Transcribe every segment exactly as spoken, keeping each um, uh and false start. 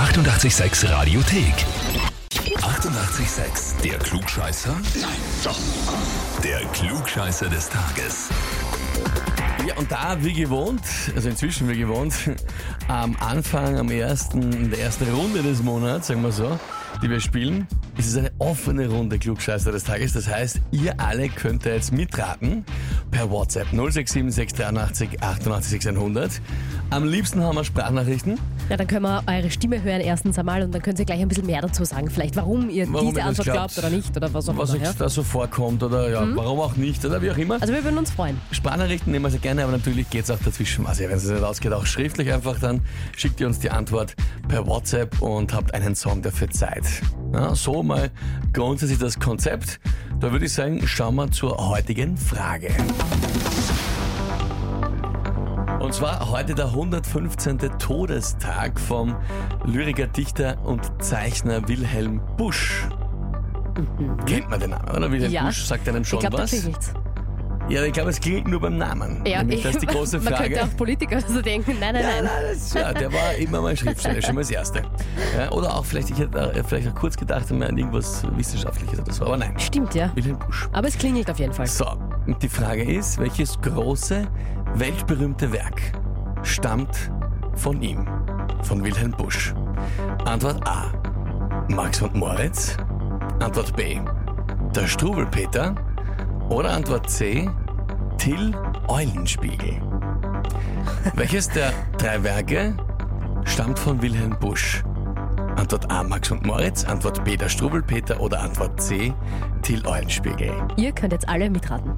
achtundachtzig Komma sechs Radiothek. achtundachtzig Komma sechs. Der Klugscheißer? Nein, doch. Der Klugscheißer des Tages. Ja, und da, wie gewohnt, also inzwischen wie gewohnt, am Anfang, am ersten, in der ersten Runde des Monats, sagen wir so, die wir spielen, ist es eine offene Runde Klugscheißer des Tages. Das heißt, ihr alle könnt jetzt mitraten per WhatsApp null sechs sieben sechs dreiundachtzig achtundachtzig sechshundert. Am liebsten haben wir Sprachnachrichten. Ja, dann können wir eure Stimme hören erstens einmal und dann könnt ihr gleich ein bisschen mehr dazu sagen. Vielleicht warum ihr Warum diese ihr das Antwort glaubt, glaubt oder nicht oder was auch Was immer. euch Ja? da so vorkommt oder ja, mhm. warum auch nicht oder wie auch immer. Also wir würden uns freuen. Sprachnachrichten nehmen wir sehr gerne, aber natürlich geht es auch dazwischen. Also wenn es nicht ausgeht, auch schriftlich einfach, dann schickt ihr uns die Antwort per WhatsApp und habt einen Song dafür Zeit. Ja, so mal grundsätzlich das Konzept. Da würde ich sagen, schauen wir zur heutigen Frage. Und zwar heute der hundertfünfzehnte Todestag vom Lyriker, Dichter und Zeichner Wilhelm Busch. Mhm. Kennt man den Namen, oder? Wilhelm Ja. Busch sagt einem schon Ich glaube, was. da klingt nichts. Ja, ich glaube, es klingt nur beim Namen. Ja, Nämlich, ich, das ist die große man Frage. könnte auch Politiker so denken, nein, nein, nein. Ja, das, ja, der war immer mal Schriftsteller, schon mal das Erste. Ja, oder auch vielleicht, ich hätte vielleicht auch kurz gedacht an irgendwas Wissenschaftliches oder so, aber nein. Stimmt, ja. Wilhelm Busch. Aber es klingelt auf jeden Fall. So, und die Frage ist, welches große, weltberühmte Werk stammt von ihm, von Wilhelm Busch? Antwort A, Max und Moritz. Antwort B, der Struwwelpeter. Oder Antwort C, Till Eulenspiegel. Welches der drei Werke stammt von Wilhelm Busch? Antwort A, Max und Moritz, Antwort B, der Struwwelpeter oder Antwort C, Till Eulenspiegel. Ihr könnt jetzt alle mitraten.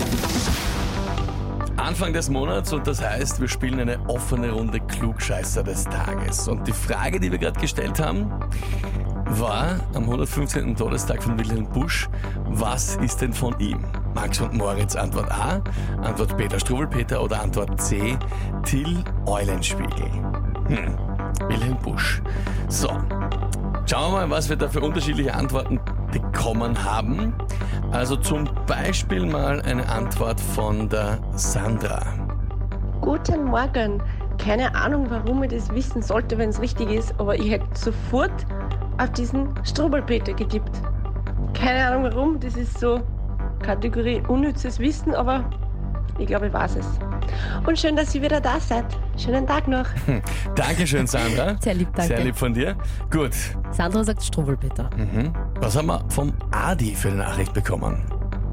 Anfang des Monats und das heißt, wir spielen eine offene Runde Klugscheißer des Tages. Und die Frage, die wir gerade gestellt haben, war am hundertfünfzehnten Todestag von Wilhelm Busch, was ist denn von ihm? Max und Moritz, Antwort A, Antwort B, der Struwwelpeter oder Antwort C, Till Eulenspiegel. Hm. Wilhelm Busch. So, schauen wir mal, was wir da für unterschiedliche Antworten bekommen haben. Also zum Beispiel mal eine Antwort von der Sandra. Guten Morgen. Keine Ahnung, warum ich das wissen sollte, wenn es richtig ist, aber ich hätte sofort auf diesen Struwwelpeter getippt. Keine Ahnung warum, das ist so Kategorie unnützes Wissen, aber ich glaube, ich weiß es. Und schön, dass ihr wieder da seid. Schönen Tag noch. Hm. Dankeschön, Sandra. Sehr lieb, danke. Sehr lieb von dir. Gut. Sandra sagt Struwwelpeter. Mhm. Was haben wir vom Adi für eine Nachricht bekommen?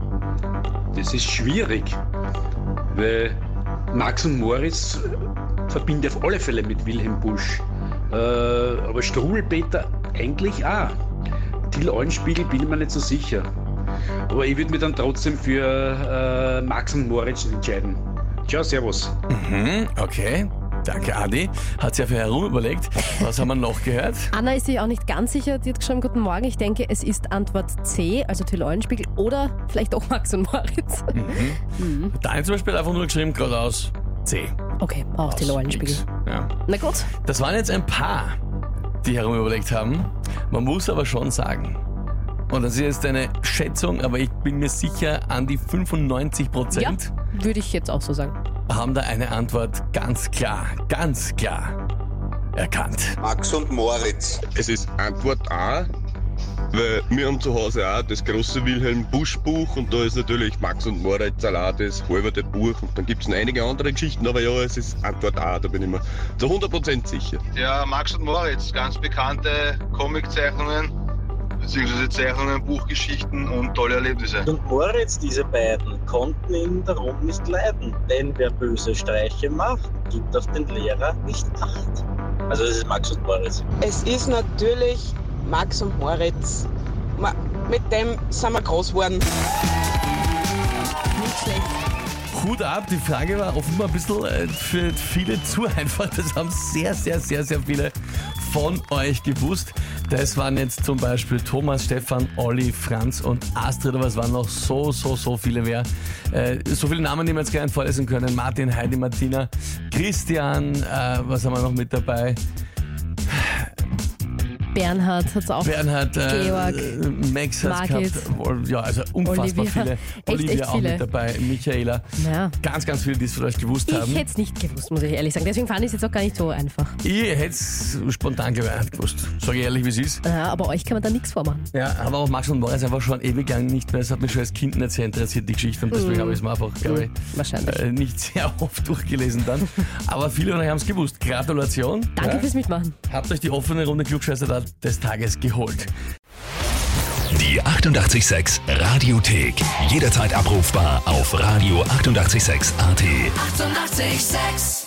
Das ist schwierig, weil Max und Moritz verbinde ich auf alle Fälle mit Wilhelm Busch. Äh, aber Struwwelpeter eigentlich auch. Till Eulenspiegel bin ich mir nicht so sicher. Aber ich würde mich dann trotzdem für äh, Max und Moritz entscheiden. Ciao, servus. Mhm, okay. Danke, Adi. Hat sich ja für herum überlegt. Was haben wir noch gehört? Anna ist sich auch nicht ganz sicher, die hat geschrieben, guten Morgen, ich denke, es ist Antwort C, also Till Eulenspiegel oder vielleicht auch Max und Moritz. Mhm. Mhm. Daniel zum Beispiel einfach nur geschrieben, geradeaus C. Okay, auch Till Eulenspiegel. Ja. Na gut. Das waren jetzt ein paar, die herum überlegt haben. Man muss aber schon sagen, und das ist jetzt eine Schätzung, aber ich bin mir sicher, an die fünfundneunzig Prozent Ja, würde ich jetzt auch so sagen. haben da eine Antwort ganz klar, ganz klar erkannt. Max und Moritz. Es ist Antwort A, weil wir haben zu Hause auch das große Wilhelm Busch Buch und da ist natürlich Max und Moritz auch das halbe Buch und dann gibt es noch einige andere Geschichten, aber ja, es ist Antwort A, da bin ich mir zu hundert Prozent sicher. Ja, Max und Moritz, ganz bekannte Comiczeichnungen, beziehungsweise Zeichnungen, Buchgeschichten und tolle Erlebnisse. Und Moritz, diese beiden, konnten ihn darum nicht leiden, denn wer böse Streiche macht, gibt auf den Lehrer nicht Acht. Also das ist Max und Moritz. Es ist natürlich Max und Moritz. Ma- Mit dem sind wir groß geworden. Nicht schlecht. Hut ab, die Frage war offenbar ein bisschen äh, für viele zu einfach. Das haben sehr, sehr, sehr, sehr viele von euch gewusst. Das waren jetzt zum Beispiel Thomas, Stefan, Olli, Franz und Astrid, aber es waren noch so, so, so viele mehr. Äh, so viele Namen, die wir jetzt gerne vorlesen können. Martin, Heidi, Martina, Christian, äh, was haben wir noch mit dabei? Bernhard hat es auch. Bernhard, äh, Georg, Max hat es Margit. gehabt. Ja, also unfassbar Olivia. viele. Echt, Olivia echt auch viele. mit dabei, Michaela. Ja. Ganz, ganz viele, die es vielleicht gewusst haben. Ich hätte es nicht gewusst, muss ich ehrlich sagen. Deswegen fand ich es jetzt auch gar nicht so einfach. Ich hätte es spontan glaube ich, nicht gewusst. Sag ich ehrlich, wie es ist. Ja, aber euch kann man da nichts vormachen. Ja, aber auch Max und Moritz einfach schon ewig lang nicht mehr. Es hat mich schon als Kind nicht sehr interessiert, die Geschichte. Und deswegen Mhm. habe ich es mir einfach, glaube ich, Wahrscheinlich. äh, nicht sehr oft durchgelesen dann. Aber viele von euch haben es gewusst. Gratulation. Danke ja. fürs Mitmachen. Habt euch die offene Runde Klugscheißer des Tages geholt. Die achtundachtzig Komma sechs Radiothek. Jederzeit abrufbar auf radio achtundachtzig Komma sechs Punkt at. achtundachtzig Komma sechs